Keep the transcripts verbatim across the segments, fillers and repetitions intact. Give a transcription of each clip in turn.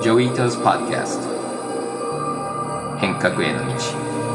ジョイートズ・ポッドキャスト変革への道。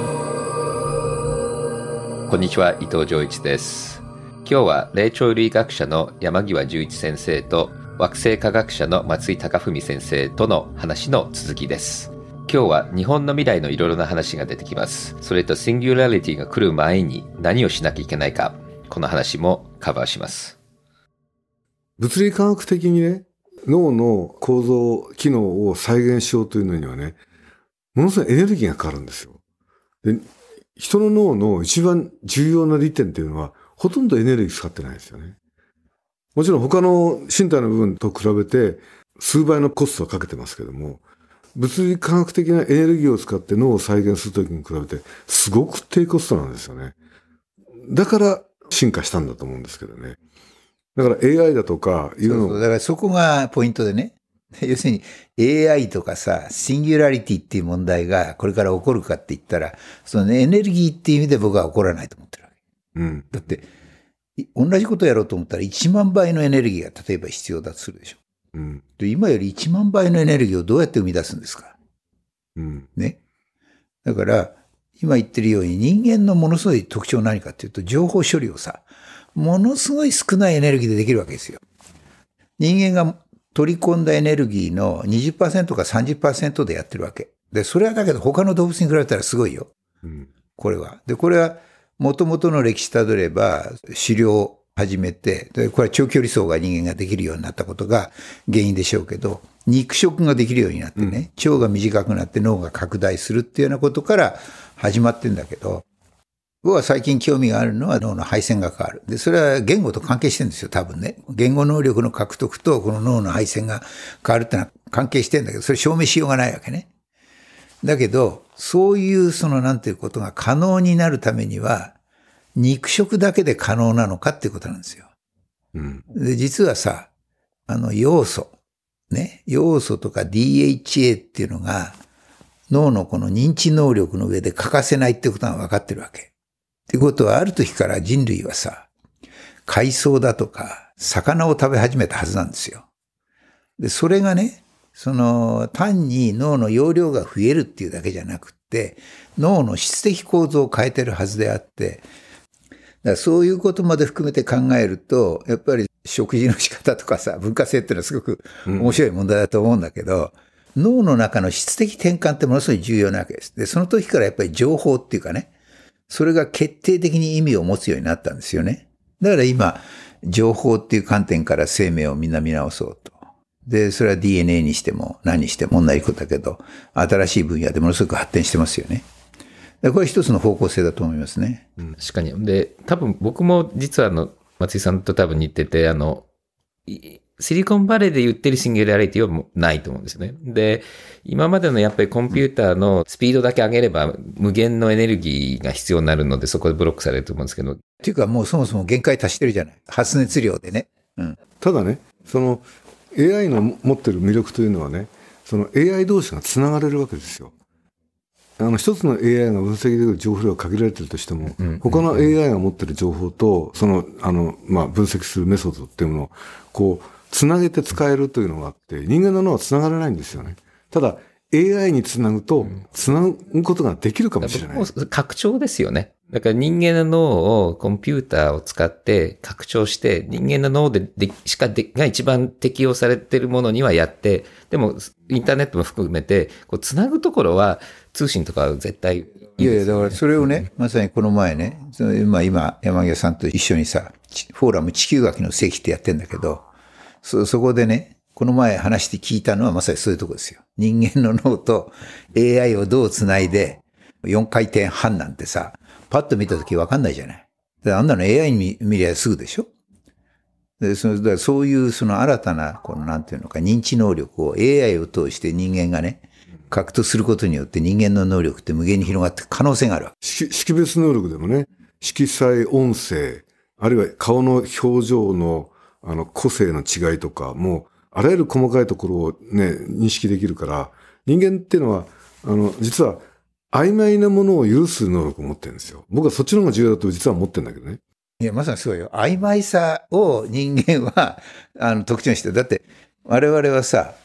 こんにちは、伊藤浄一です。今日は霊長類学者の山際十一先生と惑星科学者の松井孝文先生との話の続きです。今日は日本の未来のいろいろな話が出てきます。それとシンギュラリティが来る前に何をしなきゃいけないか、この話もカバーします。 物理科学的にね、脳の構造、機能を再現しようというのにはね、ものすごいエネルギーがかかるんですよ。で、人の脳の一番重要な利点っていうのは、ほとんどエネルギー使ってないですよね。もちろん他の身体の部分と比べて、数倍のコストはかけてますけども、物理科学的なエネルギーを使って脳を再現するときに比べて、すごく低コストなんですよね。だから進化したんだと思うんですけどね。だから エーアイ だとかいうのそうそうだからそこがポイントでね。要するに エーアイ とかさ、シンギュラリティっていう問題がこれから起こるかって言ったら、その、ね、エネルギーっていう意味で僕は起こらないと思ってるわけ。 うん、 だって、同じことやろうと思ったらいちまんばいのエネルギーが例えば必要だとするでしょ。 うん、 で今よりいちまんばいのエネルギーをどうやって生み出すんですか。 うん、 ね。だから、今言ってるように人間のものすごい特徴は何かっていうと、情報処理をさ、ものすごい少ないエネルギーでできるわけですよ。人間が取り込んだエネルギーの にじゅっパーセント か さんじゅっパーセント でやってるわけ。で、それはだけど他の動物に比べたらすごいよ。 うん、 これは。で、これは元々の歴史たどれば、狩猟を始めて、で、これは長距離走が人間ができるようになったことが原因でしょうけど、肉食ができるようになってね、うん、腸が短くなって脳が拡大するっていうようなことから始まってんだけど、僕は最近興味があるのは脳の配線が変わる。で、それは言語と関係してるんですよ、多分ね。言語能力の獲得とこの脳の配線が変わるってのは関係してるんだけど、それ証明しようがないわけね。だけど、そういうそのなんていうことが可能になるためには、肉食だけで可能なのかっていうことなんですよ。 うん、 で、実はさ、あの要素、ね、要素とか ディーエイチエー っていうのが脳のこの認知能力の上で欠かせないってことが分かってるわけ。ってことはある時から人類はさ、海藻だとか魚を食べ始めたはずなんですよ。で、それがね、その単に脳の容量が増えるっていうだけじゃなくって、脳の質的構造を変えてるはずであって、だからそういうことまで含めて考えると、やっぱり食事の仕方とかさ、文化性っていうのはすごく面白い問題だと思うんだけど、うん、脳の中の質的転換ってものすごい重要なわけです。で、その時からやっぱり情報っていうかね、それが決定的に意味を持つようになったんですよね。だから今、情報っていう観点から生命をみんな見直そうと。で、それは ディーエヌエー にしても何にしても同じことだけど、新しい分野でものすごく発展してますよね。これ一つの方向性だと思いますね。 うん、確かに。で、多分僕も実はあの、松井さんと多分似てて、あの、シリコンバレーで言ってるシンギュラリティはもうないと思うんですよね。で、今までのやっぱりコンピューターのスピードだけ上げれば無限のエネルギーが必要になるので、そこでブロックされると思うんですけど。 っていうかもうそもそも限界達してるじゃない。発熱量でね。 うん、ただね、その エーアイ の持ってる魅力というのはね、その エーアイ 同士がつながれるわけですよ。あの一つの エーアイ が分析できる情報量が限られているとしても、うんうんうん、他の エーアイ が持っている情報とそのあの、まあ、分析するメソッドっていうものをこうつなげて使えるというのがあって、人間の脳はつながれないんですよね。ただ エーアイ につなぐとつなぐことができるかもしれない。 拡張ですよね。だから人間の脳をコンピューターを使って拡張して人間の脳ででしかでが一番適用されているものにはやって、でもインターネットも含めてこうつなぐところは通信とかは絶対いいですよね。 いやいや、だからそれをね、まさにこの前ね、その今今山際さんと一緒にさ、フォーラム地球学の世紀ってやってんだけど、そそこでね、この前話して聞いたのはまさにそういうとこですよ。人間の脳と エーアイ をどうつないでよんかい転半なんてさ、パッと見たとき分かんないじゃない。あんなの エーアイ に見りゃすぐでしょ。で、そのだからそういうその新たなこのなんていうのか認知能力を エーアイ を通して人間がね獲得することによって人間の能力って無限に広がっていく可能性があるわけ。 識別能力でもね、色彩、音声、あるいは顔の表情のあの個性の違いとか、もうあらゆる細かいところをね認識できるから、人間っていうのはあの実は曖昧なものを許す能力を持ってるんですよ。僕はそっちの方が重要だと実は思ってるんだけどね。 いや、まさにそうよ。曖昧さを人間はあの特徴にしてる。だって我々はさ、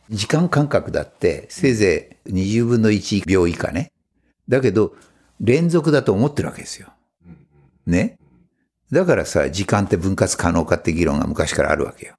時間感覚だってせいぜいにじゅうぶんのいちびょう以下ね。だけど連続だと思ってるわけですよ。ね。だからさ、時間って分割可能かって議論が昔からあるわけよ。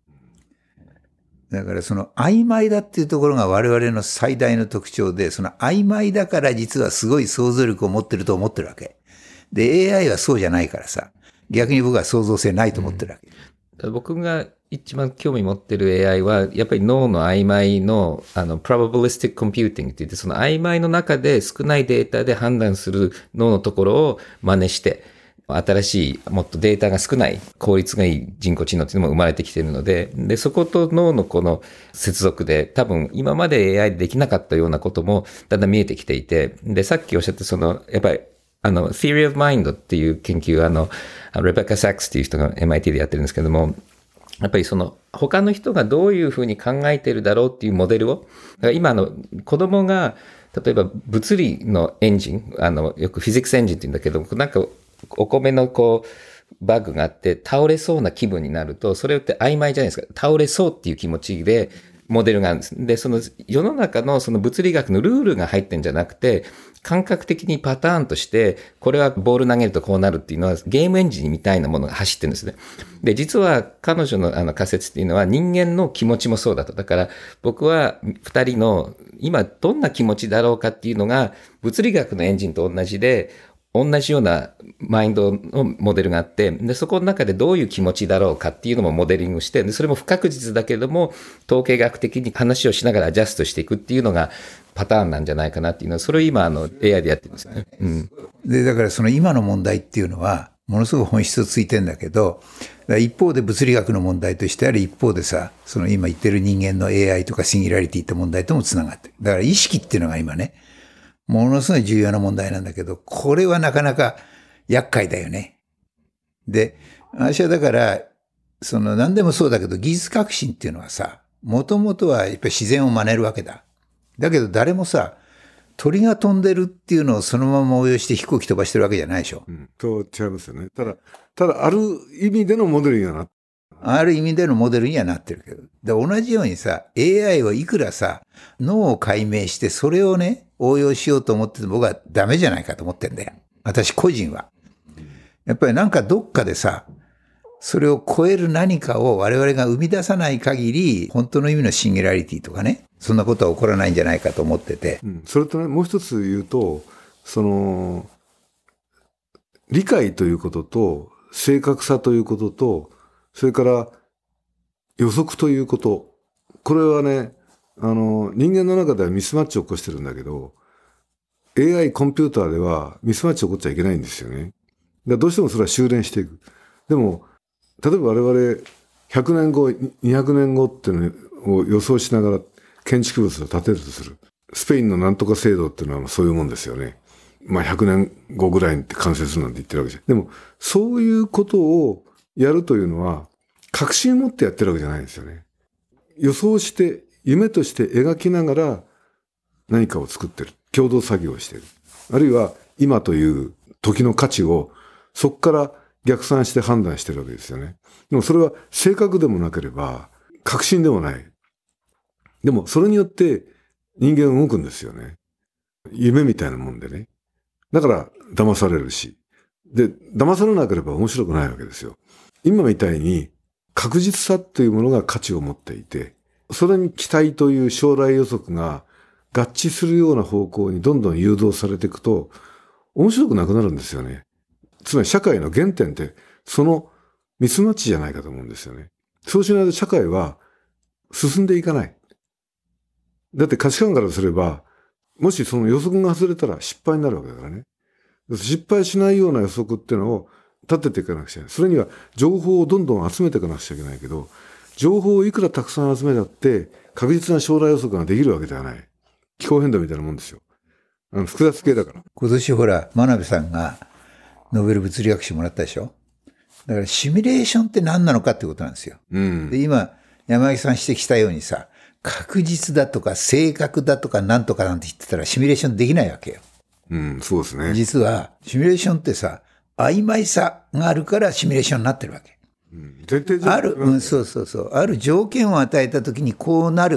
だからその曖昧だっていうところが我々の最大の特徴で、その曖昧だから実はすごい想像力を持ってると思ってるわけ。で、エーアイ はそうじゃないからさ、逆に僕は創造性ないと思ってるわけ。 うん、僕が一番興味持ってる エーアイ は、やっぱり脳の曖昧の、あの、probabilistic computing って言って、その曖昧の中で少ないデータで判断する脳のところを真似して、新しい、もっとデータが少ない、効率がいい人工知能っていうのも生まれてきているので、で、そこと脳のこの接続で、多分今まで エーアイ でできなかったようなこともだんだん見えてきていて、で、さっきおっしゃったその、やっぱり、あの、Theory of Mind っていう研究、あの、レベッカ・サックスっていう人が エムアイティー でやってるんですけども、やっぱりその、他の人がどういうふうに考えてるだろうっていうモデルを、だから今あの、子供が、例えば物理のエンジン、あの、よくフィジックスエンジンって言うんだけど、なんか、お米のこう、バッグがあって倒れそうな気分になると、それって曖昧じゃないですか。倒れそうっていう気持ちで、モデルがあるんです。で、その世の中のその物理学のルールが入ってんじゃなくて、感覚的にパターンとして、これはボール投げるとこうなるっていうのはゲームエンジンみたいなものが走ってるんですね。で、実は彼女のあの仮説っていうのは人間の気持ちもそうだと。だから僕は二人の今どんな気持ちだろうかっていうのが物理学のエンジンと同じで、同じようなマインドのモデルがあって、で、そこの中でどういう気持ちだろうかっていうのもモデリングして、で、それも不確実だけれども、統計学的に話をしながらアジャストしていくっていうのがパターンなんじゃないかなっていうのは、それを今、あの、エーアイ でやってるんですよね。うん。 で、だからその今の問題っていうのは、ものすごく本質をついてんだけど、一方で物理学の問題としてある一方でさ、その今言ってる人間の エーアイ とかシンギュラリティって問題ともつながってる。だから意識っていうのが今ね、ものすごい重要な問題なんだけど、これはなかなか厄介だよね。で、私はだから、その何でもそうだけど、技術革新っていうのはさ、もともとはやっぱり自然を真似るわけだ。だけど誰もさ、鳥が飛んでるっていうのをそのまま応用して飛行機飛ばしてるわけじゃないでしょ。 うん、と違いますよね。ただ、ただある意味でのモデルにはなってある意味でのモデルにはなってるけど。で、同じようにさ、エーアイ をいくらさ、脳を解明して、それをね、応用しようと思ってて僕はダメじゃないかと思ってんだよ。私個人は。やっぱりなんかどっかでさ、それを超える何かを我々が生み出さない限り、本当の意味のシンギュラリティとかね、そんなことは起こらないんじゃないかと思ってて。 うん、それとね、もう一つ言うと、その、理解ということと、正確さということと、それから予測ということ。これはね、あの、人間の中ではミスマッチを起こしてるんだけど、エーアイ コンピューターではミスマッチ起こっちゃいけないんですよね。だからどうしてもそれは修練していく。でも、例えば我々ひゃくねんご、にひゃくねんごっていうのを予想しながら建築物を建てるとする。スペインのなんとか制度っていうのはそういうもんですよね。まあひゃくねんごぐらいに完成するなんて言ってるわけじゃん。でも、そういうことをやるというのは、確信を持ってやってるわけじゃないんですよね。予想して、夢として描きながら何かを作ってる。共同作業をしている。あるいは、今という時の価値を、そこから逆算して判断してるわけですよね。でもそれは正確でもなければ、確信でもない。でも、それによって人間は動くんですよね。夢みたいなもんでね。だから、騙されるし。で、騙されなければ面白くないわけですよ。今みたいに確実さっていうものが価値を持っていて、それに期待という将来予測が合致するような方向にどんどん誘導されていくと、面白くなくなるんですよね。つまり社会の原点ってそのミスマッチじゃないかと思うんですよね。そうしないと社会は進んでいかない。だって価値観からすれば、もしその予測が外れたら失敗になるわけだからね。失敗しないような予測っていうのを立てていかなくちゃいけない。それには情報をどんどん集めていかなくちゃいけないけど、情報をいくらたくさん集めたって確実な将来予測ができるわけではない。気候変動みたいなもんですよ。あの複雑系だから。 今年ほら、真鍋さんがノーベル物理学賞もらったでしょ。だからシミュレーションって何なのかってことなんですよ。 うん、 で今、山木さん指摘したようにさ、確実だとか正確だとかなんとかなんて言ってたらシミュレーションできないわけよ。 うん、そうですね。 実は、シミュレーションってさ、曖昧さがあるからシミュレーションになってるわけ。 うん、絶対ある、うん、そうそうそう。ある条件を与えたときにこうなる。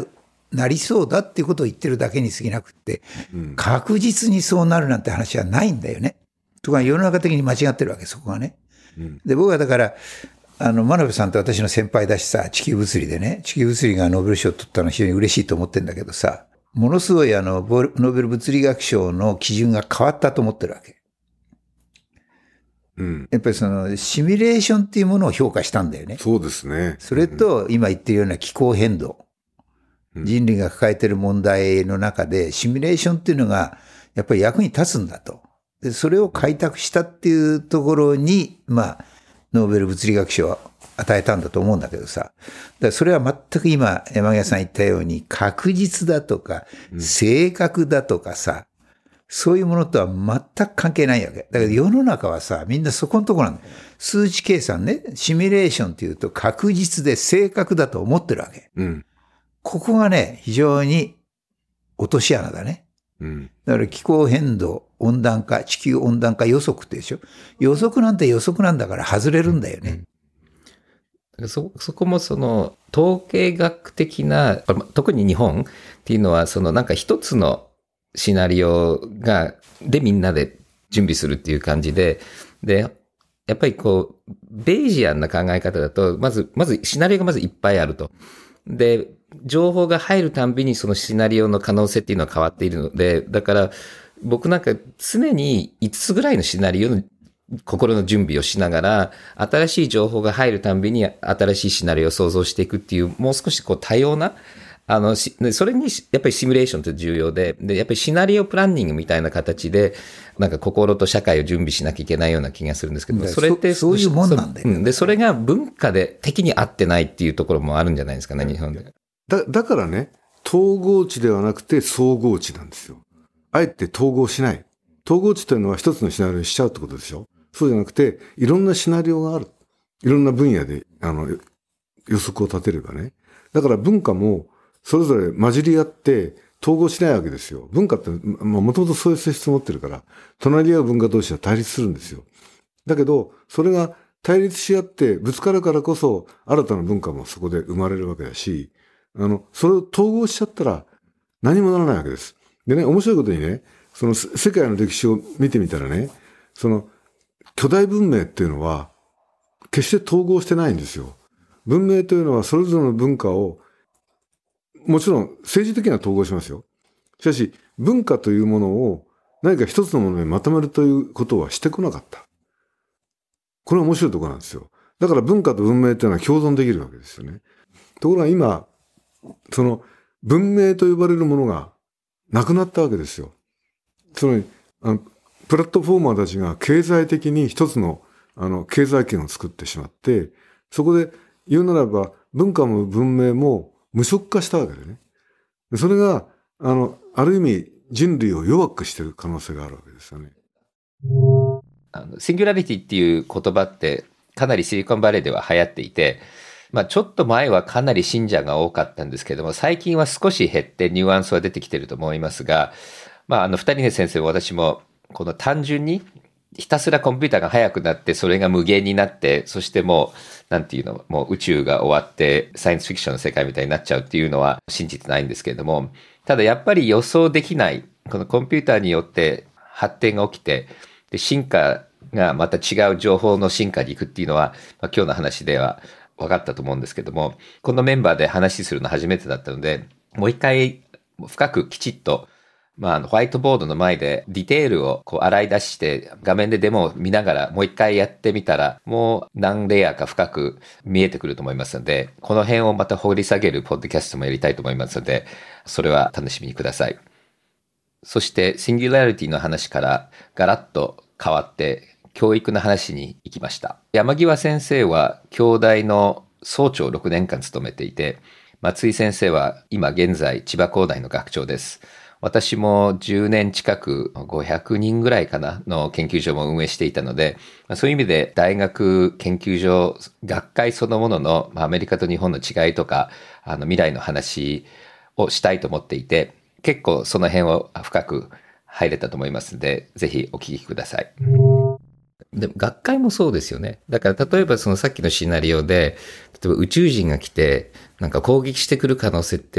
なりそうだっていうことを言ってるだけに過ぎなくって、うん、確実にそうなるなんて話はないんだよね。とか世の中的に間違ってるわけ、そこがね。うん、で、僕はだから、あの、真鍋さんって私の先輩だしさ、地球物理でね、地球物理がノーベル賞を取ったのは非常に嬉しいと思ってるんだけどさ、ものすごいあの、ノーベル物理学賞の基準が変わったと思ってるわけ。うん、やっぱりその、シミュレーションっていうものを評価したんだよね。 そうですね。 それと、今言ってるような気候変動。うん、人類が抱えている問題の中で、シミュレーションっていうのが、やっぱり役に立つんだと。で、それを開拓したっていうところに、まあ、ノーベル物理学賞を与えたんだと思うんだけどさ。だからそれは全く今、山際さん言ったように、確実だとか、正確だとかさ、そういうものとは全く関係ないわけ。だけど世の中はさ、みんなそこのところなんだよ。数値計算ね、シミュレーションっていうと確実で正確だと思ってるわけ。うん、ここがね、非常に落とし穴だね。うん、だから気候変動、温暖化、地球温暖化予測ってでしょ。予測なんて予測なんだから外れるんだよね。 うん、そ, そこもその統計学的な、特に日本っていうのはそのなんか一つのシナリオが、でみんなで準備するっていう感じで、で、やっぱりこう、ベイジアンな考え方だと、まず、まずシナリオがまずいっぱいあると。で、情報が入るたんびにそのシナリオの可能性っていうのは変わっているので、だから僕なんか常にいつつぐらいのシナリオの心の準備をしながら、新しい情報が入るたんびに新しいシナリオを想像していくっていう、もう少しこう多様な、あの、それにやっぱりシミュレーションって重要で、で、やっぱりシナリオプランニングみたいな形で、なんか心と社会を準備しなきゃいけないような気がするんですけど、 それってそ、そういうもんなんだよ、ね。 で、それが文化で的に合ってないっていうところもあるんじゃないですかね、日本で。 だ、だからね、統合値ではなくて総合値なんですよ。あえて統合しない。統合値というのは一つのシナリオにしちゃうってことでしょ。そうじゃなくて、いろんなシナリオがある。いろんな分野で、あの、予測を立てればね。だから文化も、それぞれ混じり合って統合しないわけですよ。文化って、もともとそういう性質を持ってるから、隣り合う文化同士は対立するんですよ。だけど、それが対立し合ってぶつかるからこそ、新たな文化もそこで生まれるわけだし、あの、それを統合しちゃったら何もならないわけです。でね、面白いことにね、その世界の歴史を見てみたらね、その巨大文明っていうのは決して統合してないんですよ。文明というのはそれぞれの文化をもちろん政治的には統合しますよ。しかし文化というものを何か一つのものにまとめるということはしてこなかった。これは面白いところなんですよ。だから文化と文明というのは共存できるわけですよね。ところが今、その文明と呼ばれるものがなくなったわけですよ。つまり、あのプラットフォーマーたちが経済的に一つの、あの経済圏を作ってしまって、そこで言うならば文化も文明も無色化したわけでね。それが、あの、ある意味人類を弱くしている可能性があるわけですよね。 あのシンギュラリティっていう言葉ってかなりシリコンバレーでは流行っていて、まあちょっと前はかなり信者が多かったんですけども、最近は少し減ってニュアンスは出てきていると思いますが、まああの二人の先生、私もこの単純にひたすらコンピューターが速くなって、それが無限になって、そしてもう、なんていうの、もう宇宙が終わって、サイエンスフィクションの世界みたいになっちゃうっていうのは信じてないんですけれども、ただやっぱり予想できない、このコンピューターによって発展が起きて、で進化がまた違う情報の進化に行くっていうのは、まあ、今日の話では分かったと思うんですけども、このメンバーで話するの初めてだったので、もう一回深くきちっと、まあ、あのホワイトボードの前でディテールをこう洗い出して画面でデモを見ながらもう一回やってみたら、もう何レイヤーか深く見えてくると思いますので、この辺をまた掘り下げるポッドキャストもやりたいと思いますので、それは楽しみにください。そしてシンギュラリティの話からガラッと変わって教育の話に行きました。山際先生は京大の総長をろくねんかん務めていて、松井先生は今現在千葉工大の学長です。私もじゅうねん近くごひゃくにんぐらいかなの研究所も運営していたので、そういう意味で大学研究所、学会そのもののアメリカと日本の違いとか、あの未来の話をしたいと思っていて、結構その辺を深く入れたと思いますので、ぜひお聞きください。でも学会もそうですよね。だから例えばそのさっきのシナリオで、例えば宇宙人が来てなんか攻撃してくる可能性って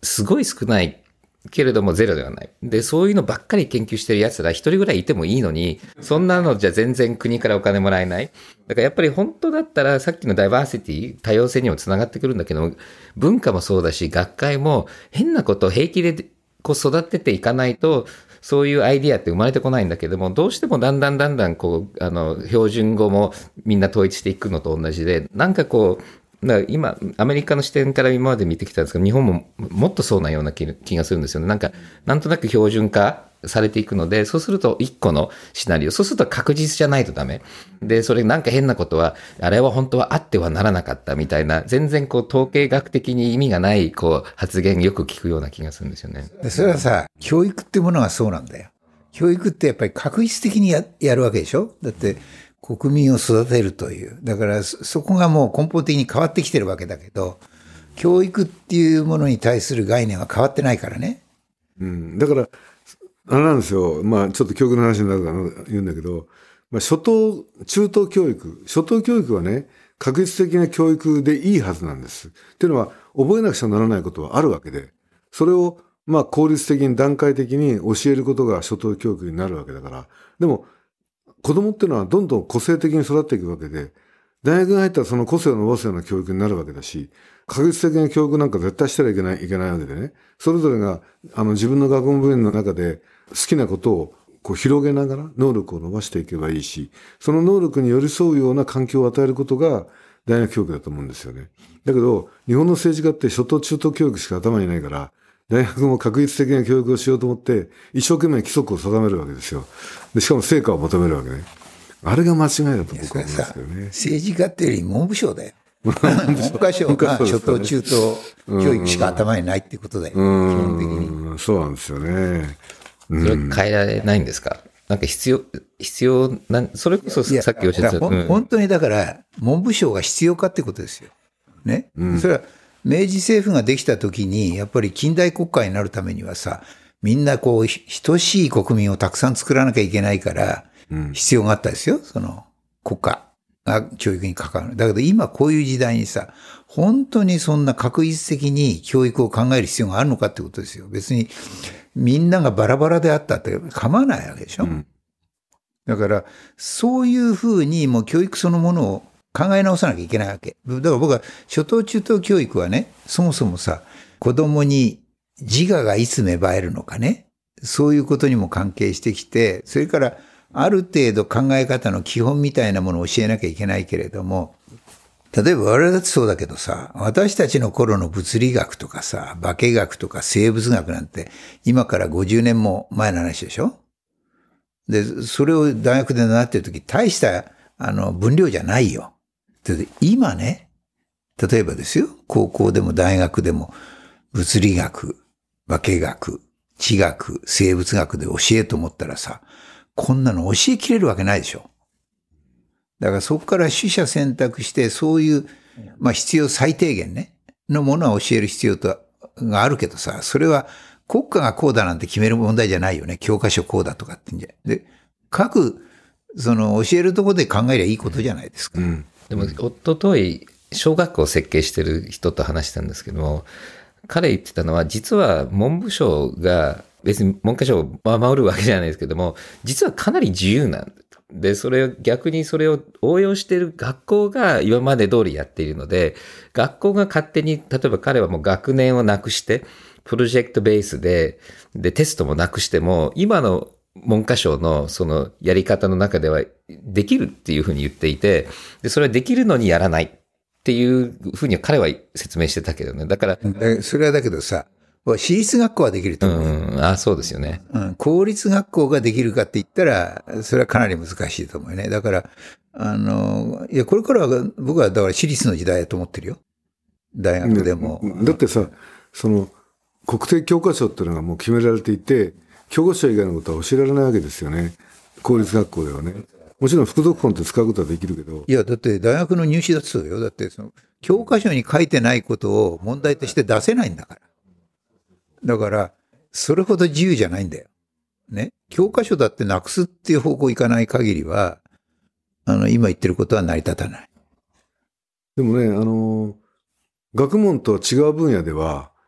すごい少ないけれどもゼロではない。で、そういうのばっかり研究してる奴ら一人ぐらいいてもいいのに、そんなのじゃ全然国からお金もらえない。だからやっぱり本当だったらさっきのダイバーシティ、多様性にもつながってくるんだけど、文化もそうだし、学会も変なことを平気でこう育てていかないと、そういうアイディアって生まれてこないんだけども、どうしてもだんだんだんだんこう、あの、標準語もみんな統一していくのと同じで、なんかこう、だから今、アメリカの視点から今まで見てきたんですけど、日本ももっとそうなような気がするんですよね。なんか、なんとなく標準化されていくので、そうすると一個のシナリオ、そうすると確実じゃないとダメ。で、それなんか変なことは、あれは本当はあってはならなかったみたいな、全然こう統計学的に意味がないこう発言よく聞くような気がするんですよね。 それはさ、教育っていうものがそうなんだよ。教育ってやっぱり確実的に や, やるわけでしょ。だって、国民を育てるという。だからそ、そこがもう根本的に変わってきてるわけだけど、教育っていうものに対する概念は変わってないからね。 うん。だから、あれなんですよ。まあ、ちょっと教育の話になるから言うんだけど、まあ、初等、中等教育、初等教育はね、確実的な教育でいいはずなんです。っていうのは、覚えなくちゃならないことはあるわけで、それを、まあ、効率的に段階的に教えることが初等教育になるわけだから。でも、子供っていうのはどんどん個性的に育っていくわけで、大学に入ったらその個性を伸ばすような教育になるわけだし、確実的な教育なんか絶対したらいけない、いけないわけでね、それぞれがあの自分の学問分野の中で好きなことをこう広げながら能力を伸ばしていけばいいし、その能力に寄り添うような環境を与えることが大学教育だと思うんですよね。だけど、日本の政治家って初等中等教育しか頭にないから、大学も確実的な教育をしようと思って、一生懸命規則を定めるわけですよ。で、しかも成果を求めるわけね。あれが間違いだと僕は思うんですけどね。 政治家っていうより文部省だよ。文科省が初等中等教育しか頭にないってことだよ。基本的に。 そうなんですよね。 それ変えられないんですか？なんか必要、必要な、それこそさっきおっしゃった。 うん、本当にだから、文部省が必要かってことですよ。ね。うん、それは、明治政府ができたときに、やっぱり近代国家になるためにはさ、みんなこう、等しい国民をたくさん作らなきゃいけないから、必要があったですよ。その、国家が教育に関わる。だけど今こういう時代にさ、本当にそんな確実的に教育を考える必要があるのかってことですよ。別に、みんながバラバラであったって構わないわけでしょ。うん、だから、そういうふうにもう教育そのものを考え直さなきゃいけないわけ。だから僕は初等中等教育はね、そもそもさ、子供に自我がいつ芽生えるのかね、そういうことにも関係してきて、それからある程度考え方の基本みたいなものを教えなきゃいけないけれども、例えば我々だってそうだけどさ、私たちの頃の物理学とかさ、化学とか生物学なんて今からごじゅうねんも前の話でしょ。で、それを大学で習ってるとき大したあの分量じゃないよ。で今ね、例えばですよ、高校でも大学でも物理学、化学、地学、生物学で教えと思ったらさ、こんなの教えきれるわけないでしょ。だからそこから取捨選択してそういう、まあ必要最低限ね、のものは教える必要とがあるけどさ、それは国家がこうだなんて決める問題じゃないよね。教科書こうだとかってんじゃ。で、各、その教えるところで考えりゃいいことじゃないですか。うん、 でも、おととい、小学校を設計してる人と話したんですけども、彼言ってたのは、実は文部省が、別に文科省を守るわけじゃないですけども、実はかなり自由なんで、それを逆にそれを応用している学校が今まで通りやっているので、学校が勝手に、例えば彼はもう学年をなくして、プロジェクトベースで、で、テストもなくしても、今の文科省のそのやり方の中ではできるっていうふうに言っていて、で、それはできるのにやらないっていうふうに彼は説明してたけどね。だから。 それはだけどさ、私立学校はできると思う。 うん、あ、そうですよね。 うん、公立学校ができるかって言ったら、それはかなり難しいと思うよね。だから、あの、いや、これからは僕はだから私立の時代だと思ってるよ。大学でも。 だってさ、その、国定教科書っていうのがもう決められていて、教科書以外のことは教えられないわけですよね。公立学校ではね。もちろん副読本って使うことはできるけど。 いや、だって大学の入試だってそうだよ。だってその、教科書に書いてないことを問題として出せないんだから。だから、それほど自由じゃないんだよ。ね。教科書だってなくすっていう方向いかない限りは、あの、今言ってることは成り立たない。 でもね、あの、学問とは違う分野では、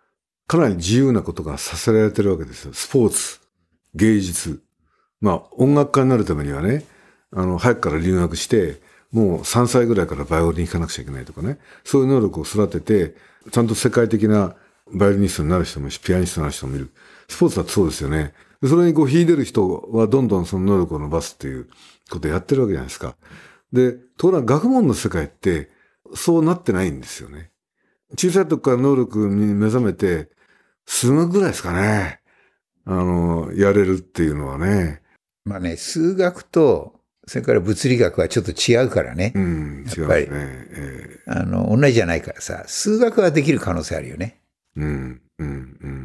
かなり自由なことがさせられてるわけですよ。スポーツ、芸術。まあ音楽家になるためにはね、あの、早くから留学して、もうさんさいぐらいからバイオリン弾かなくちゃいけないとかね。そういう能力を育てて、ちゃんと世界的なバイオリニストになる人もいるし、ピアニストになる人もいる。スポーツだってそうですよね。それにこう秀でる人はどんどんその能力を伸ばすっていうことをやってるわけじゃないですか。で、ところが学問の世界ってそうなってないんですよね。小さい時から能力に目覚めて、数学ぐらいですかね。あの、やれるっていうのはね。 まあね、数学と、それから物理学はちょっと違うからね。 うん、違うね。えー、あの、同じじゃないからさ、数学はできる可能性あるよね。 うん、うん、うん。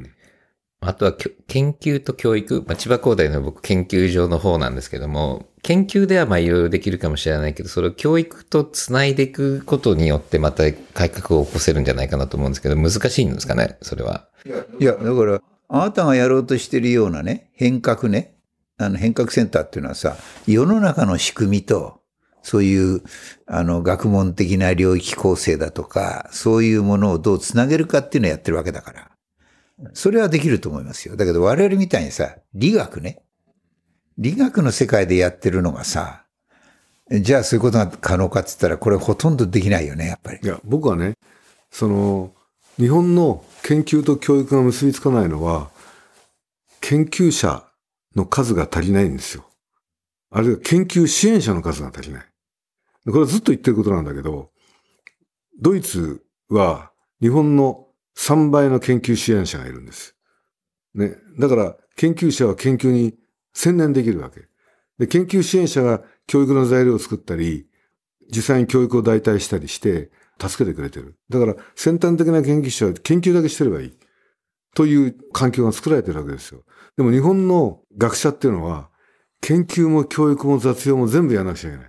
あとは研究と教育、まあ、千葉工大の僕研究所の方なんですけども、研究ではまあいろいろできるかもしれないけど、それを教育とつないでいくことによってまた改革を起こせるんじゃないかなと思うんですけど、難しいんですかね、それは。 いや、だからあなたがやろうとしてるようなね、変革ね、あの変革センターっていうのはさ、世の中の仕組みと、そういう、あの、学問的な領域構成だとか、そういうものをどうつなげるかっていうのをやってるわけだから。それはできると思いますよ。だけど我々みたいにさ、理学ね。理学の世界でやってるのがさ、じゃあそういうことが可能かって言ったら、これほとんどできないよね、やっぱり。 いや、僕はね、その、日本の研究と教育が結びつかないのは、研究者の数が足りないんですよ。あるいは研究支援者の数が足りない。これはずっと言ってることなんだけど、ドイツは日本のさんばいの研究支援者がいるんです。ね。だから研究者は研究に専念できるわけ。で、研究支援者が教育の材料を作ったり、実際に教育を代替したりして助けてくれてる。だから先端的な研究者は研究だけしてればいい。という環境が作られてるわけですよ。でも日本の学者っていうのは、研究も教育も雑用も全部やらなくちゃいけない。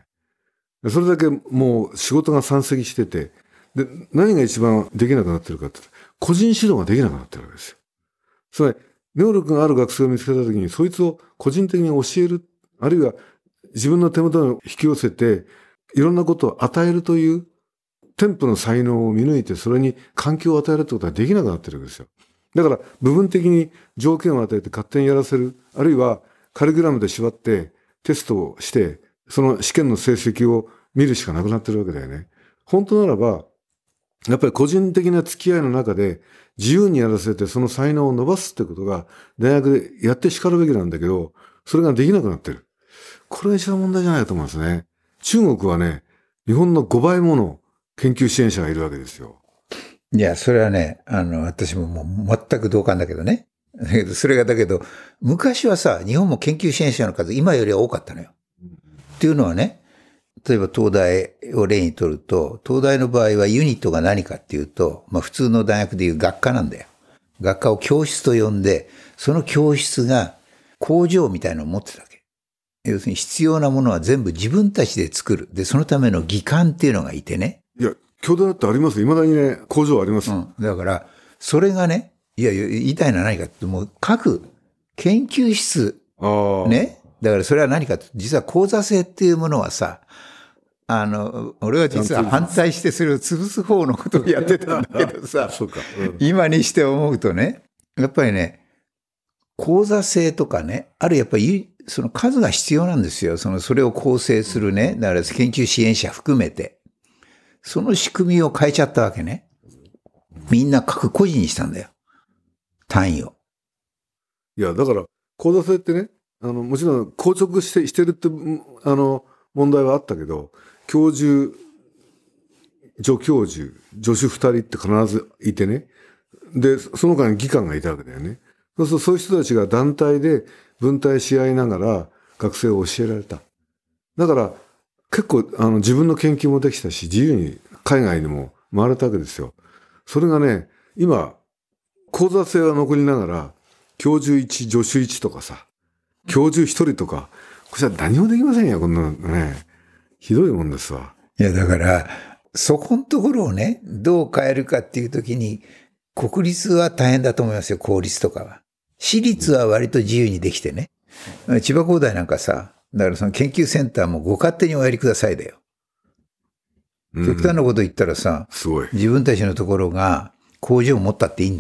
それだけもう仕事が山積してて、で、何が一番できなくなってるかって、個人指導ができなくなってるわけですよ。つまり、能力がある学生を見つけたときに、そいつを個人的に教える、あるいは自分の手元に引き寄せて、いろんなことを与えるという、天賦の才能を見抜いて、それに環境を与えるってことはできなくなってるわけですよ。だから、部分的に条件を与えて勝手にやらせる、あるいはカリキュラムで縛ってテストをして、その試験の成績を見るしかなくなってるわけだよね。本当ならば、やっぱり個人的な付き合いの中で自由にやらせてその才能を伸ばすってことが大学でやって叱るべきなんだけど、それができなくなってる。これが一番問題じゃないかと思うんですね。中国はね、日本のごばいもの研究支援者がいるわけですよ。 いや、それはね、あの、私ももう全く同感だけどね。だけど、それがだけど、昔はさ、日本も研究支援者の数、今よりは多かったのよ。っていうのはね、例えば東大を例にとると、東大の場合はユニットが何かっていうと、まあ普通の大学でいう学科なんだよ。学科を教室と呼んで、その教室が工場みたいなのを持ってたわけ。要するに必要なものは全部自分たちで作る。で、そのための技官っていうのがいてね。 いや、京大だってあります。未だにね、工場あります。 うん。だから、それがね、いや、言いたいのは何かって、もう各研究室、ね。だからそれは何かって、実は講座制っていうものはさ、あの、俺は実は反対してそれを潰す方のことをやってたんだけどさ、 そうか、うん、 今にして思うとね、やっぱりね、講座制とかね、あるやっぱりその数が必要なんですよ。その、それを構成するね、だから研究支援者含めて、その仕組みを変えちゃったわけね。みんな各個人にしたんだよ。単位を。 いや、だから、講座制ってね、あの、もちろん硬直して、してるって、あの、問題はあったけど、教授、助教授、助手二人って必ずいてね。で、その間に技官がいたわけだよね。そうするとそういう人たちが団体で分隊し合いながら学生を教えられた。だから結構あの自分の研究もできたし、自由に海外にも回れたわけですよ。それがね、今、講座制は残りながら、教授いち、助手いちとかさ、教授ひとりとか、これは何もできませんよ、こんなのね。ひどいもんですわ。 いや、だから、そこのところをね、どう変えるかっていうときに、国立は大変だと思いますよ、公立とかは。私立は割と自由にできてね。千葉工大なんかさ、だからその研究センターもご勝手におやりくださいだよ。極端なこと言ったらさ、 すごい。 自分たちのところが工場を持ったっていいんだよ。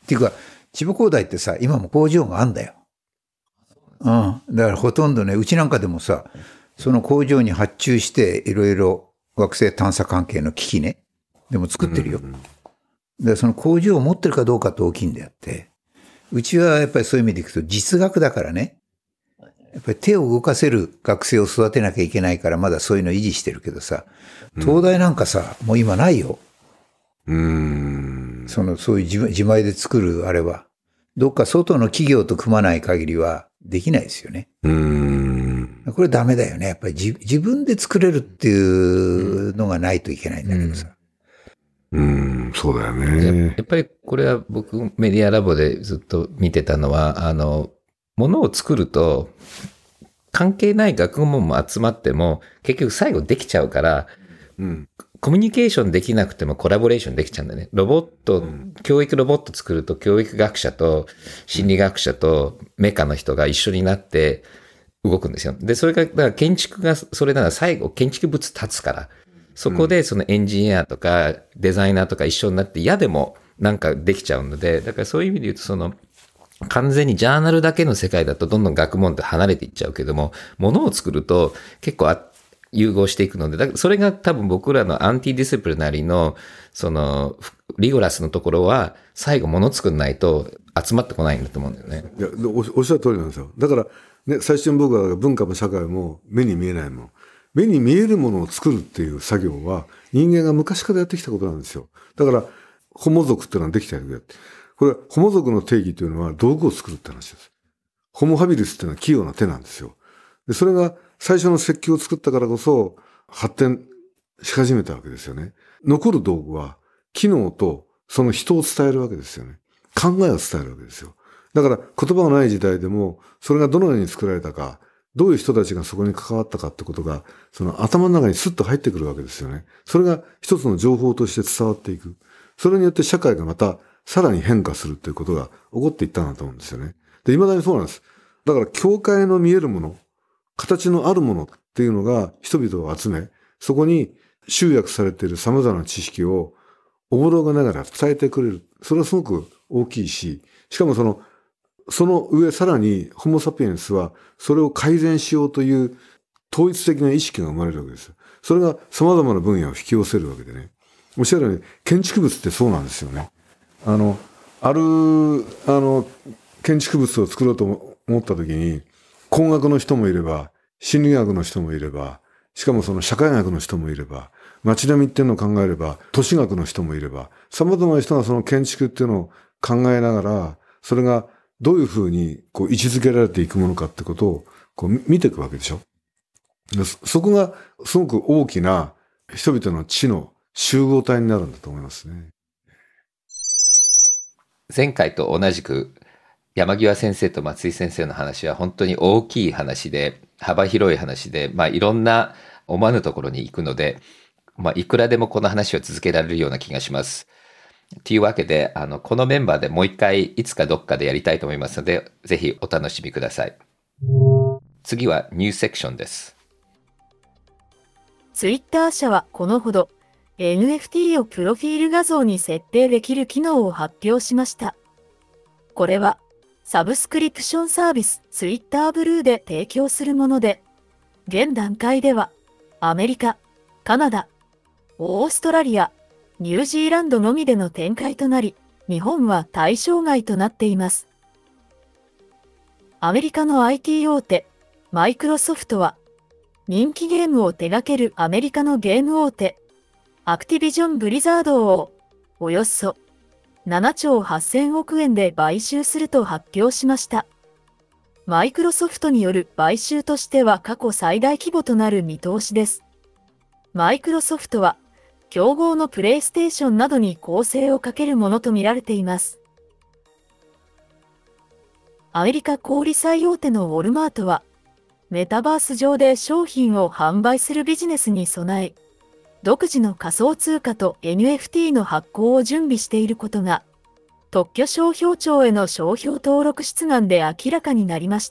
っていうか、千葉工大ってさ、今も工場があんだよ。うん。だからほとんどね、うちなんかでもさ、その工場に発注して、いろいろ惑星探査関係の機器ね、でも作ってるよ。 うんうん、 でその工場を持ってるかどうかって大きいんであって、うちはやっぱりそういう意味でいくと実学だからね、やっぱり手を動かせる学生を育てなきゃいけないからまだそういうの維持してるけどさ、東大なんかさ、もう今ないよ。 うーん。 その、そういう自自前で作るあれは。どっか外の企業と組まない限りはできないですよね。 うーん。 これダメだよね。やっぱり自自分で作れるっていうのがないといけないんだけどさ。 うん、うんそうだよやね。 やっぱりこれは僕メディアラボでずっと見てたのは、あの、ものを作ると関係ない学問も集まっても結局最後できちゃうから、 うん、 コミュニケーションできなくてもコラボレーションできちゃうんだよね。ロボット、うん、教育ロボット作ると教育学者と心理学者とメカの人が一緒になって動くんですよ。で、それが、だから建築がそれなら最後建築物立つから、そこでそのエンジニアとかデザイナーとか一緒になって嫌でもなんかできちゃうので、だからそういう意味で言うとその完全にジャーナルだけの世界だとどんどん学問って離れていっちゃうけども、ものを作ると結構あ融合していくので、だからそれが多分僕らのアンティディスプリナリーのそのリゴラスのところは最後もの作んないと集まってこないんだと思うんだよね。 いや お, おっしゃる通りなんですよ。だから、ね、最初に僕は文化も社会も目に見えないもの、目に見えるものを作るっていう作業は人間が昔からやってきたことなんですよ。だからホモ族っていうのはできたようやって、これはホモ族の定義というのは道具を作るって話です。ホモハビリスっていうのは器用な手なんですよ。でそれが最初の石器を作ったからこそ発展し始めたわけですよね。残る道具は機能とその人を伝えるわけですよね。考えを伝えるわけですよ。だから言葉がない時代でもそれがどのように作られたか、どういう人たちがそこに関わったかってことがその頭の中にスッと入ってくるわけですよね。それが一つの情報として伝わっていく。それによって社会がまたさらに変化するということが起こっていったんだと思うんですよね。で、未だにそうなんです。だから境界の見えるもの、形のあるものっていうのが人々を集め、そこに集約されている様々な知識をおぼろがながら伝えてくれる。それはすごく大きいし、しかもその、その上さらにホモサピエンスはそれを改善しようという統一的な意識が生まれるわけです。それが様々な分野を引き寄せるわけでね。おっしゃるように建築物ってそうなんですよね。あの、ある、あの、建築物を作ろうと思ったときに、工学の人もいれば、心理学の人もいれば、しかもその社会学の人もいれば、街並みっていうのを考えれば、都市学の人もいれば、様々な人がその建築っていうのを考えながら、それがどういうふうにこう位置づけられていくものかってことをこう見ていくわけでしょ。そこがすごく大きな人々の知の集合体になるんだと思いますね。 前回と同じく山際先生と松井先生の話は本当に大きい話で幅広い話で、まあ、いろんな思わぬところに行くので、まあ、いくらでもこの話を続けられるような気がします。というわけで、あのこのメンバーでもう一回いつかどっかでやりたいと思いますので、ぜひお楽しみください。次はニューセクションです。 ツイッター社はこのほど エヌエフティー をプロフィール画像に設定できる機能を発表しました。これはサブスクリプションサービス Twitter Blue で提供するもので、現段階ではアメリカ、カナダ、オーストラリア、ニュージーランドのみでの展開となり、日本は対象外となっています。アメリカの アイティー 大手、マイクロソフトは、人気ゲームを手掛けるアメリカのゲーム大手、アクティビジョン・ブリザードを、およそななちょうはっせんおくえんで買収すると発表しました。マイクロソフトによる買収としては過去最大規模となる見通しです。マイクロソフトは、競合のプレイステーションなどに攻勢をかけるものとみられています。アメリカ小売最大手のウォルマートは、メタバース上で商品を販売するビジネスに備え、独自の仮想通貨と エヌエフティー の発行を準備していることが、特許商標庁への商標登録出願で明らかになりました。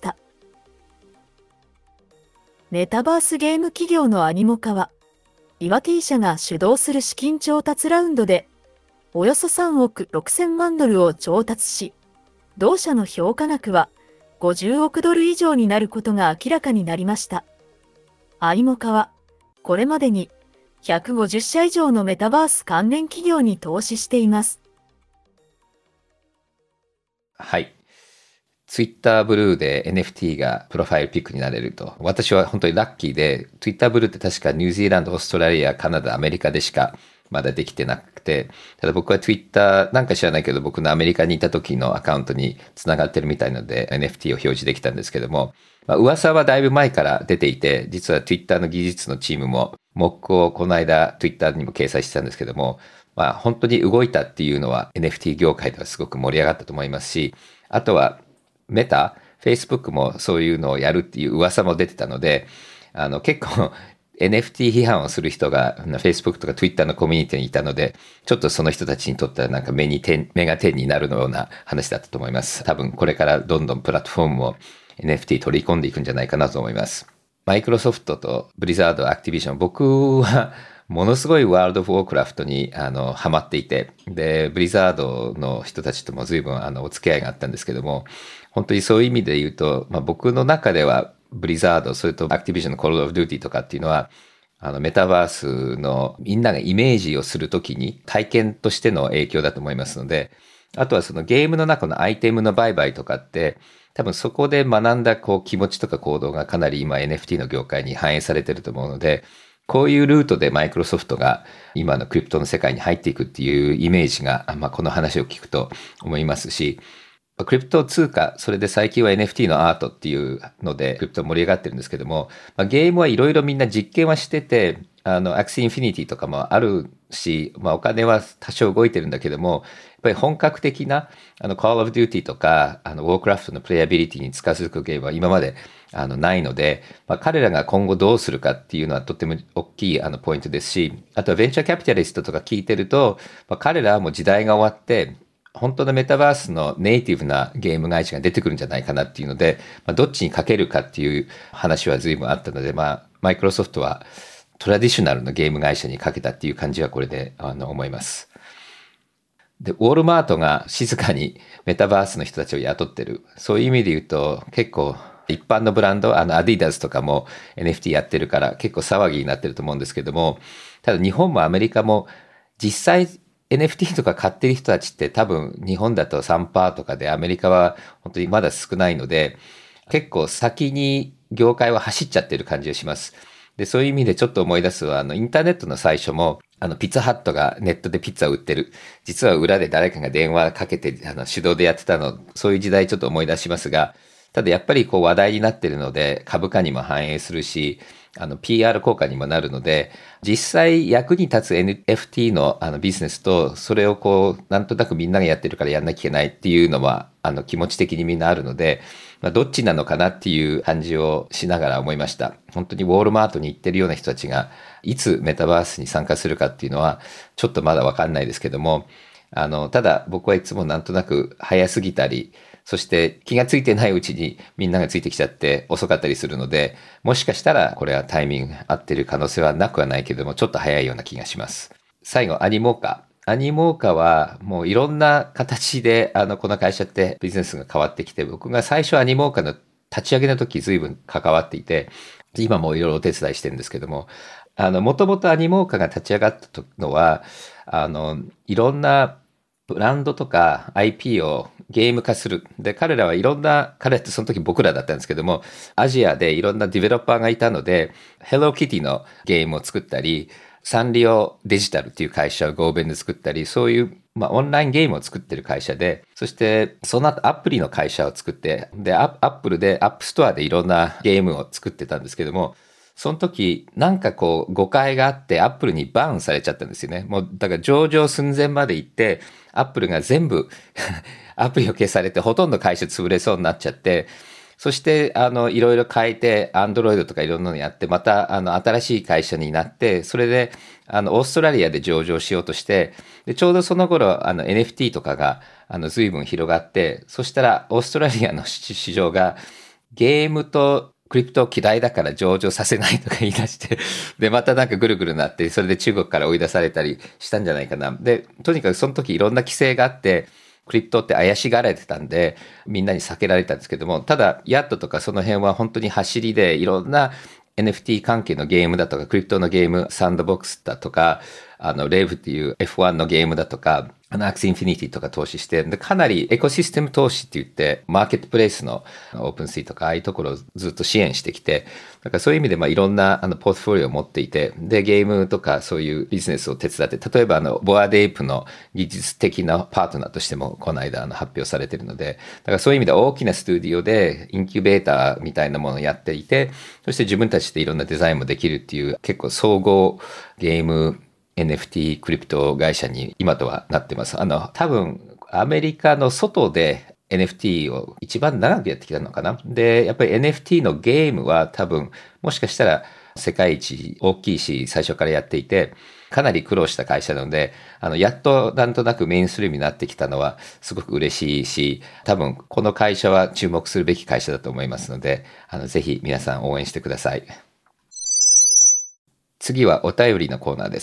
メタバースゲーム企業のアニモカは、イワティ社が主導する資金調達ラウンドで、 およそさんおくろくせんまんドルを調達し、同社の評価額はごじゅうおくドル以上になることが明らかになりました。アイモカは、これまでにひゃくごじゅっしゃ以上のメタバース関連企業に投資しています。 はい。Twitter ブルーで エヌエフティー がプロファイルピックになれると。私は本当にラッキーで、Twitter ブルーって確かニュージーランド、オーストラリア、カナダ、アメリカでしかまだできてなくて、ただ僕は Twitter なんか知らないけど、僕のアメリカにいた時のアカウントに繋がってるみたいので エヌエフティー を表示できたんですけども、まあ、噂はだいぶ前から出ていて、実は Twitter の技術のチームも、モックをこの間 Twitter にも掲載してたんですけども、まあ本当に動いたっていうのは エヌエフティー 業界ではすごく盛り上がったと思いますし、あとはメタ、Facebook もそういうのをやるっていう噂も出てたので、あの結構エヌエフティー 批判をする人が Facebook とか Twitter のコミュニティにいたので、ちょっとその人たちにとってはなんか目に点、目が点になるような話だったと思います。多分これからどんどんプラットフォームも エヌエフティー 取り込んでいくんじゃないかなと思います。マイクロソフトとブリザード、アクティビジョン、僕はものすごいワールド・オブ・ウォークラフトにあのハマっていて、で、ブリザードの人たちとも随分あのお付き合いがあったんですけども、本当にそういう意味で言うと、まあ、僕の中ではブリザード、それとアクティビジョンのコール・オブ・デューティーとかっていうのは、あのメタバースのみんながイメージをするときに体験としての影響だと思いますので、あとはそのゲームの中のアイテムの売買とかって、多分そこで学んだこう気持ちとか行動がかなり今 エヌエフティー の業界に反映されてると思うので、こういうルートでマイクロソフトが今のクリプトの世界に入っていくっていうイメージが、まあ、この話を聞くと思いますし、クリプト通貨、それで最近は エヌエフティー のアートっていうのでクリプト盛り上がってるんですけども、まあ、ゲームはいろいろみんな実験はしてて、あの、アクシーインフィニティとかもあるし、まあお金は多少動いてるんだけども、やっぱり本格的な、あの、Call of Duty とか、あの、Warcraft のプレイアビリティに近づくゲームは今まで、あの、ないので、まあ彼らが今後どうするかっていうのはとても大きい、あの、ポイントですし、あとはベンチャーキャピタリストとか聞いてると、まあ彼らはもう時代が終わって、本当のメタバースのネイティブなゲーム会社が出てくるんじゃないかなっていうので、まあ、どっちにかけるかっていう話は随分あったので、まあ、マイクロソフトはトラディショナルのゲーム会社にかけたっていう感じはこれであの思います。で、ウォールマートが静かにメタバースの人たちを雇ってる。そういう意味で言うと、結構一般のブランド、あの、アディダスとかも エヌエフティー やってるから結構騒ぎになってると思うんですけども、ただ日本もアメリカも実際エヌエフティー とか買ってる人たちって多分日本だと さんパーセント とかでアメリカは本当にまだ少ないので結構先に業界は走っちゃってる感じがします。で、そういう意味でちょっと思い出すはあのインターネットの最初もあのピッツァハットがネットでピッツァを売ってる。実は裏で誰かが電話かけてあの手動でやってたの、そういう時代ちょっと思い出しますが、ただやっぱりこう話題になってるので株価にも反映するし、あの ピーアール 効果にもなるので、実際役に立つ エヌエフティー のあのビジネスと、それをこう、なんとなくみんながやってるからやんなきゃいけないっていうのは、あの気持ち的にみんなあるので、まあ、どっちなのかなっていう感じをしながら思いました。本当にウォールマートに行ってるような人たちが、いつメタバースに参加するかっていうのは、ちょっとまだわかんないですけども、あの、ただ僕はいつもなんとなく早すぎたり、そして気がついてないうちにみんながついてきちゃって遅かったりするので、もしかしたらこれはタイミング合ってる可能性はなくはないけども、ちょっと早いような気がします。最後、アニモーカ。アニモーカはもういろんな形であのこの会社ってビジネスが変わってきて、僕が最初アニモーカの立ち上げの時随分関わっていて、今もいろいろお手伝いしてるんですけども、あの、もともとアニモーカが立ち上がったのは、あの、いろんなブランドとか アイピー をゲーム化する。で、彼らはいろんな、彼ってその時僕らだったんですけども、アジアでいろんなディベロッパーがいたので、Hello Kitty のゲームを作ったり、サンリオデジタルっていう会社をゴーベンで作ったり、そういう、まあ、オンラインゲームを作ってる会社で、そしてその後アプリの会社を作って、で、アップルで、アップストアでいろんなゲームを作ってたんですけども、その時、なんかこう、誤解があって、アップルにバーンされちゃったんですよね。もう、だから上場寸前まで行って、アップルが全部、アプリを消されて、ほとんど会社潰れそうになっちゃって、そして、あの、いろいろ変えて、アンドロイドとかいろんなのやって、また、あの、新しい会社になって、それで、あの、オーストラリアで上場しようとして、で、ちょうどその頃、あの、エヌエフティー とかが、あの、随分広がって、そしたら、オーストラリアの市場が、ゲームとクリプト嫌いだから上場させないとか言い出して、で、またなんかぐるぐるなって、それで中国から追い出されたりしたんじゃないかな。で、とにかくその時いろんな規制があって、クリプトって怪しがられてたんで、みんなに避けられたんですけども、ただ、ヤットとかその辺は本当に走りで、いろんな エヌエフティー 関係のゲームだとか、クリプトのゲーム、サンドボックスだとか、あの、レイブっていう エフワン のゲームだとか、あの、アクスインフィニティとか投資して、で、かなりエコシステム投資って言って、マーケットプレイスのオープンシーとか、ああいうところをずっと支援してきて、だからそういう意味で、まあ、いろんな、あの、ポートフォリオを持っていて、で、ゲームとかそういうビジネスを手伝って、例えば、あの、ボアデイプの技術的なパートナーとしても、この間、あの、発表されているので、だからそういう意味で大きなスタジオで、インキュベーターみたいなものをやっていて、そして自分たちでいろんなデザインもできるっていう、結構総合ゲーム、エヌエフティー クリプト会社に今とはなってます。あの、多分、アメリカの外で エヌエフティー を一番長くやってきたのかな。で、やっぱり エヌエフティー のゲームは多分、もしかしたら世界一大きいし、最初からやっていて、かなり苦労した会社なので、あの、やっとなんとなくメインストリームになってきたのはすごく嬉しいし、多分この会社は注目するべき会社だと思いますので、あの、ぜひ皆さん応援してください。次はお便りのコーナーです。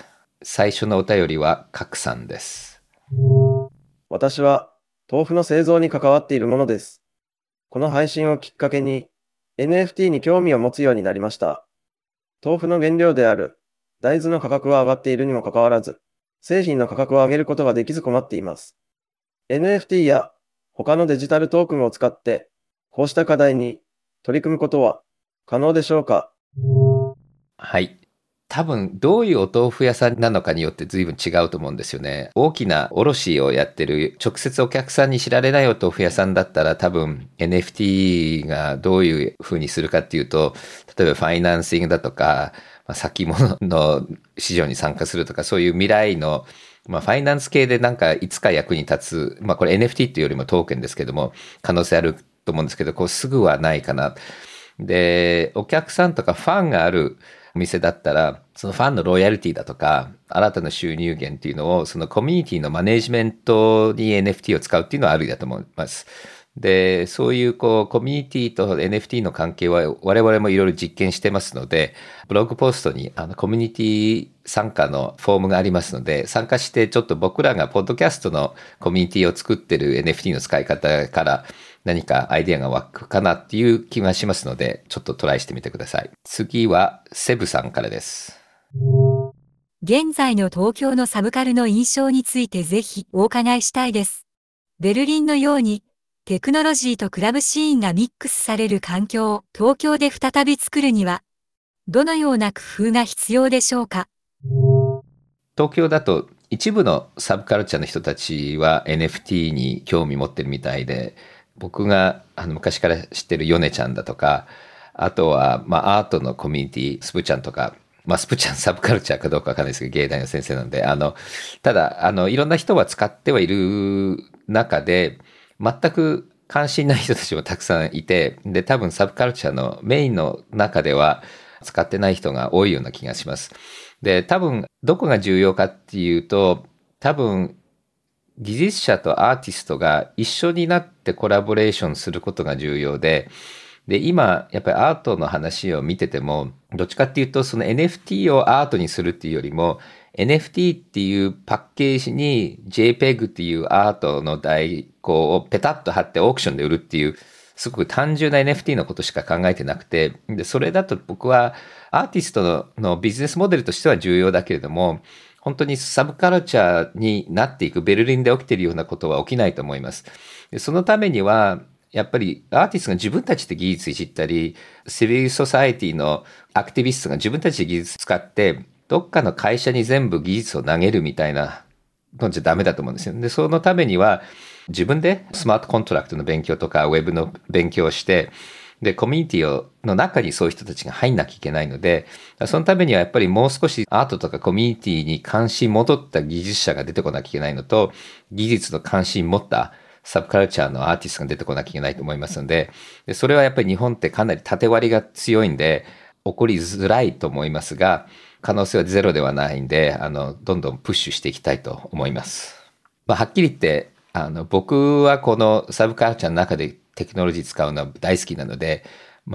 最初のお便りは角さんです。 私は豆腐の製造に関わっているものです。この配信をきっかけに エヌエフティー に興味を持つようになりました。豆腐の原料である大豆の価格は上がっているにもかかわらず、製品の価格を上げることができず困っています。エヌエフティー や他のデジタルトークンを使ってこうした課題に取り組むことは可能でしょうか？ はい。多分どういうお豆腐屋さんなのかによって随分違うと思うんですよね。大きな卸をやってる直接お客さんに知られないお豆腐屋さんだったら多分 エヌエフティー がどういう風にするかっていうと、例えばファイナンシングだとか、まあ、先物の市場に参加するとか、そういう未来のまあ、ファイナンス系でなんかいつか役に立つ、まあこれ エヌエフティー っていうよりもトークンですけども、可能性あると思うんですけど、こうすぐはないかな。で、お客さんとかファンがあるお店だったら、そのファンのロイヤリティだとか、新たな収入源っていうのを、そのコミュニティのマネジメントに エヌエフティー を使うっていうのはありだと思います。で、そういうこう、コミュニティと エヌエフティー の関係は我々もいろいろ実験してますので、ブログポストにあのコミュニティ参加のフォームがありますので、参加してちょっと僕らがポッドキャストのコミュニティを作ってる エヌエフティー の使い方から何かアイデアが湧くかなっていう気がしますので、ちょっとトライしてみてください。次はセブさんからです。 現在の東京のサブカルの印象についてぜひお伺いしたいです。ベルリンのようにテクノロジーとクラブシーンがミックスされる環境を東京で再び作るには、どのような工夫が必要でしょうか？ 東京だと一部のサブカルチャーの人たちは エヌエフティー に興味持ってるみたいで、僕があの昔から知ってるヨネちゃんだとか、あとはまあアートのコミュニティ、スプちゃんとか、まあスプちゃんサブカルチャーかどうかわかんないですけど、芸大の先生なんで、あの、ただ、あの、いろんな人は使ってはいる中で、全く関心ない人たちもたくさんいて、で、多分サブカルチャーのメインの中では使ってない人が多いような気がします。で、多分どこが重要かっていうと、多分技術者とアーティストが一緒になってコラボレーションすることが重要で、で、今、やっぱりアートの話を見てても、どっちかっていうと、その エヌエフティー をアートにするっていうよりも、エヌエフティー っていうパッケージに JPEG っていうアートの代行をペタッと貼ってオークションで売るっていう、すごく単純な エヌエフティー のことしか考えてなくて、で、それだと僕はアーティスト の, のビジネスモデルとしては重要だけれども、本当にサブカルチャーになっていく、ベルリンで起きているようなことは起きないと思います。で、そのためには、やっぱりアーティストが自分たちで技術いじったり、シビルソサエティのアクティビストが自分たちで技術使って、どっかの会社に全部技術を投げるみたいなのじゃダメだと思うんですよ。で、そのためには自分でスマートコントラクトの勉強とかウェブの勉強をして、で、コミュニティの中にそういう人たちが入んなきゃいけないので、そのためにはやっぱりもう少しアートとかコミュニティに関心持った技術者が出てこなきゃいけないのと、技術の関心持ったサブカルチャーのアーティストが出てこなきゃいけないと思いますので、でそれはやっぱり日本ってかなり縦割りが強いんで、起こりづらいと思いますが、可能性はゼロではないんで、あの、どんどんプッシュしていきたいと思います。まあ、はっきり言って、あの、僕はこのサブカルチャーの中でテクノロジー使うのは大好きなので、まあ、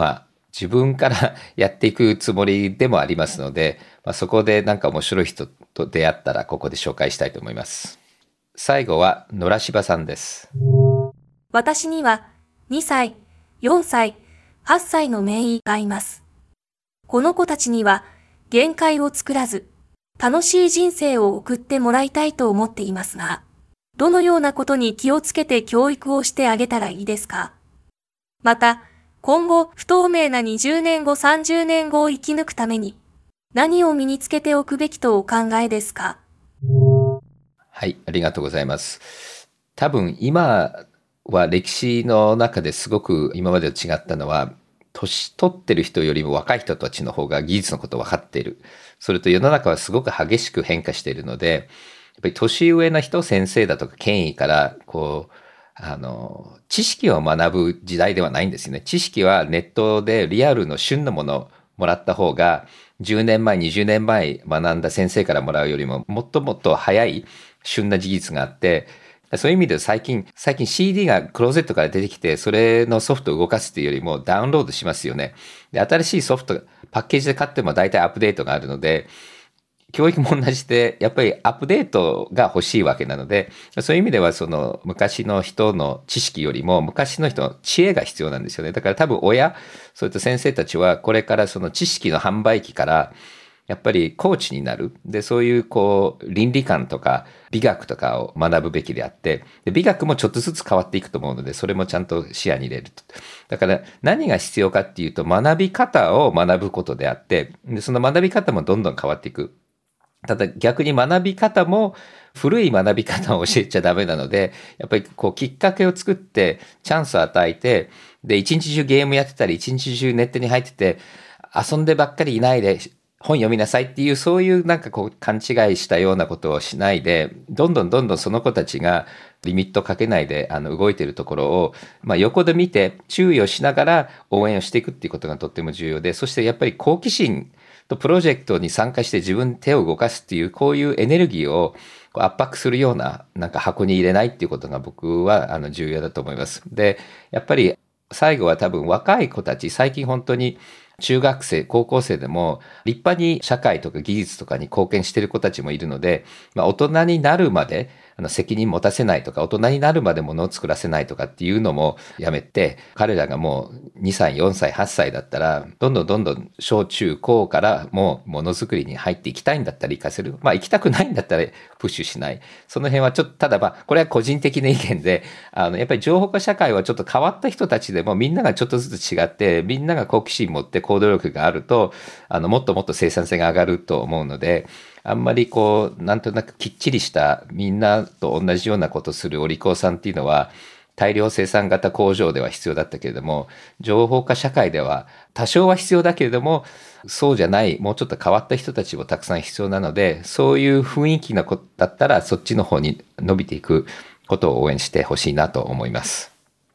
自分からやっていくつもりでもありますので、まあ、そこでなんか面白い人と出会ったらここで紹介したいと思います。最後は野良柴さんです。 私にはにさい、よんさい、はっさいの姪がいます。この子たちには限界を作らず、楽しい人生を送ってもらいたいと思っていますが、どのようなことに気をつけて教育をしてあげたらいいですか？また、今後不透明なにじゅうねんご、さんじゅうねんごを生き抜くために、何を身につけておくべきとお考えですか？ はい、ありがとうございます。多分今は歴史の中ですごく今までと違ったのは、年取ってる人よりも若い人たちの方が技術のことを分かっている。それと世の中はすごく激しく変化しているので、やっぱり年上の人、先生だとか権威からこうあの知識を学ぶ時代ではないんですよね。知識はネットでリアルの旬のものをもらった方が、じゅうねんまえ、にじゅうねんまえ学んだ先生からもらうよりももっともっと早い旬な事実があって、そういう意味で最近、最近 シーディー がクローゼットから出てきて、それのソフトを動かすっていうよりもダウンロードしますよね。で、新しいソフト、パッケージで買っても大体アップデートがあるので、教育も同じで、やっぱりアップデートが欲しいわけなので、そういう意味ではその昔の人の知識よりも昔の人の知恵が必要なんですよね。だから多分親、それと先生たちはこれからその知識の販売機から、やっぱりコーチになる。で、そういうこう倫理観とか美学とかを学ぶべきであって、で美学もちょっとずつ変わっていくと思うので、それもちゃんと視野に入れると。だから何が必要かっていうと、学び方を学ぶことであって、でその学び方もどんどん変わっていく。ただ逆に学び方も古い学び方を教えちゃダメなので、やっぱりこうきっかけを作ってチャンスを与えて、で一日中ゲームやってたり、一日中ネットに入ってて遊んでばっかりいないで本読みなさいっていう、そういうなんかこう勘違いしたようなことをしないで、どんどんどんどんその子たちがリミットかけないであの動いているところを、まあ、横で見て注意をしながら応援をしていくっていうことがとっても重要で、そしてやっぱり好奇心とプロジェクトに参加して自分手を動かすっていう、こういうエネルギーを圧迫するようななんか箱に入れないっていうことが僕はあの重要だと思います。で、やっぱり最後は多分若い子たち、最近本当に中学生、高校生でも立派に社会とか技術とかに貢献している子たちもいるので、まあ、大人になるまであの責任持たせないとか、大人になるまで物を作らせないとかっていうのもやめて、彼らがもうにさい、よんさい、はっさいだったら、どんどんどんどん小中高からもうものづくりに入っていきたいんだったら行かせる。まあ行きたくないんだったらプッシュしない。その辺はちょっと、ただまあこれは個人的な意見で、あのやっぱり情報化社会はちょっと変わった人たちでもみんながちょっとずつ違って、みんなが好奇心持って行動力があると、あのもっともっと生産性が上がると思うので、あんまりこうなんとなくきっちりしたみんなと同じようなことをするお利口さんっていうのは大量生産型工場では必要だったけれども、情報化社会では多少は必要だけれども、そうじゃないもうちょっと変わった人たちもたくさん必要なので、そういう雰囲気のことだったらそっちの方に伸びていくことを応援してほしいなと思います。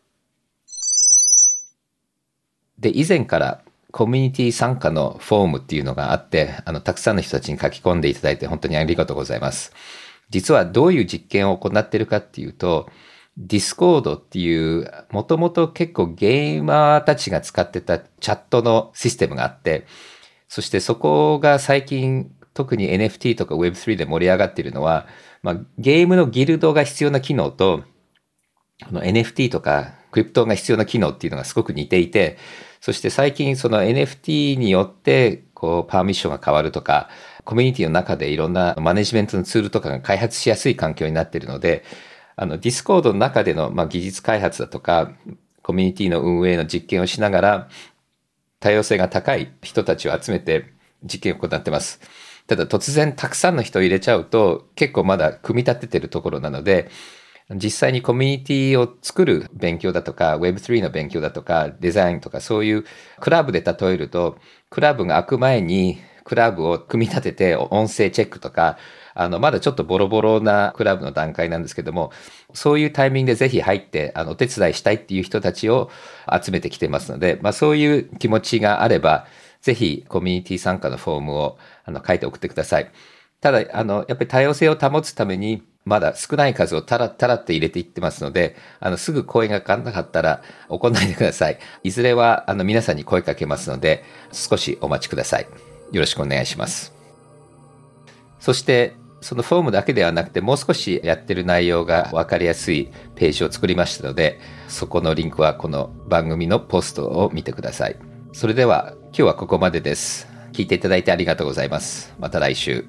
で、以前からコミュニティ参加のフォームっていうのがあって、あのたくさんの人たちに書き込んでいただいて本当にありがとうございます。実はどういう実験を行っているかっていうと、ディスコードっていうもともと結構ゲーマーたちが使ってたチャットのシステムがあって、そしてそこが最近特に エヌエフティー とか ウェブスリー で盛り上がっているのは、まあ、ゲームのギルドが必要な機能とこの エヌエフティー とかクリプトが必要な機能っていうのがすごく似ていて、そして最近その エヌエフティー によってこうパーミッションが変わるとか、コミュニティの中でいろんなマネジメントのツールとかが開発しやすい環境になっているので、あのディスコードの中でのまあ技術開発だとかコミュニティの運営の実験をしながら多様性が高い人たちを集めて実験を行ってます。ただ突然たくさんの人を入れちゃうと結構まだ組み立ててるところなので、実際にコミュニティを作る勉強だとか ウェブスリー の勉強だとかデザインとか、そういうクラブで例えると、クラブが開く前にクラブを組み立てて音声チェックとか、あのまだちょっとボロボロなクラブの段階なんですけども、そういうタイミングでぜひ入ってあのお手伝いしたいっていう人たちを集めてきてますので、まあ、そういう気持ちがあればぜひコミュニティ参加のフォームをあの書いて送ってください。ただあのやっぱり多様性を保つためにまだ少ない数をタラッタラって入れていってますので、あの、すぐ声がかかんなかったら怒んないでください。いずれは、あの、皆さんに声かけますので、少しお待ちください。よろしくお願いします。そして、そのフォームだけではなくて、もう少しやってる内容が分かりやすいページを作りましたので、そこのリンクはこの番組のポストを見てください。それでは、今日はここまでです。聞いていただいてありがとうございます。また来週。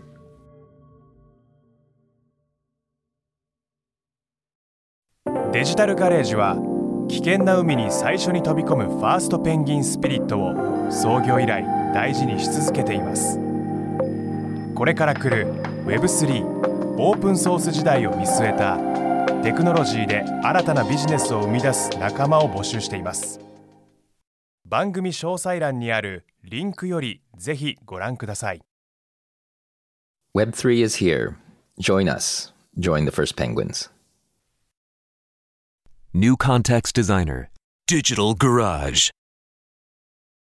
デジタルガレージは危険な海に最初に飛び込むファーストペンギンスピリットを創業以来大事にし続けています。これから来る ウェブスリー オープンソース時代を見据えたテクノロジーで新たなビジネスを生み出す仲間を募集しています。番組詳細欄にあるリンクよりぜひご覧ください。 ウェブスリー is here. Join us. Join the first penguins. New Context Designer, Digital Garage.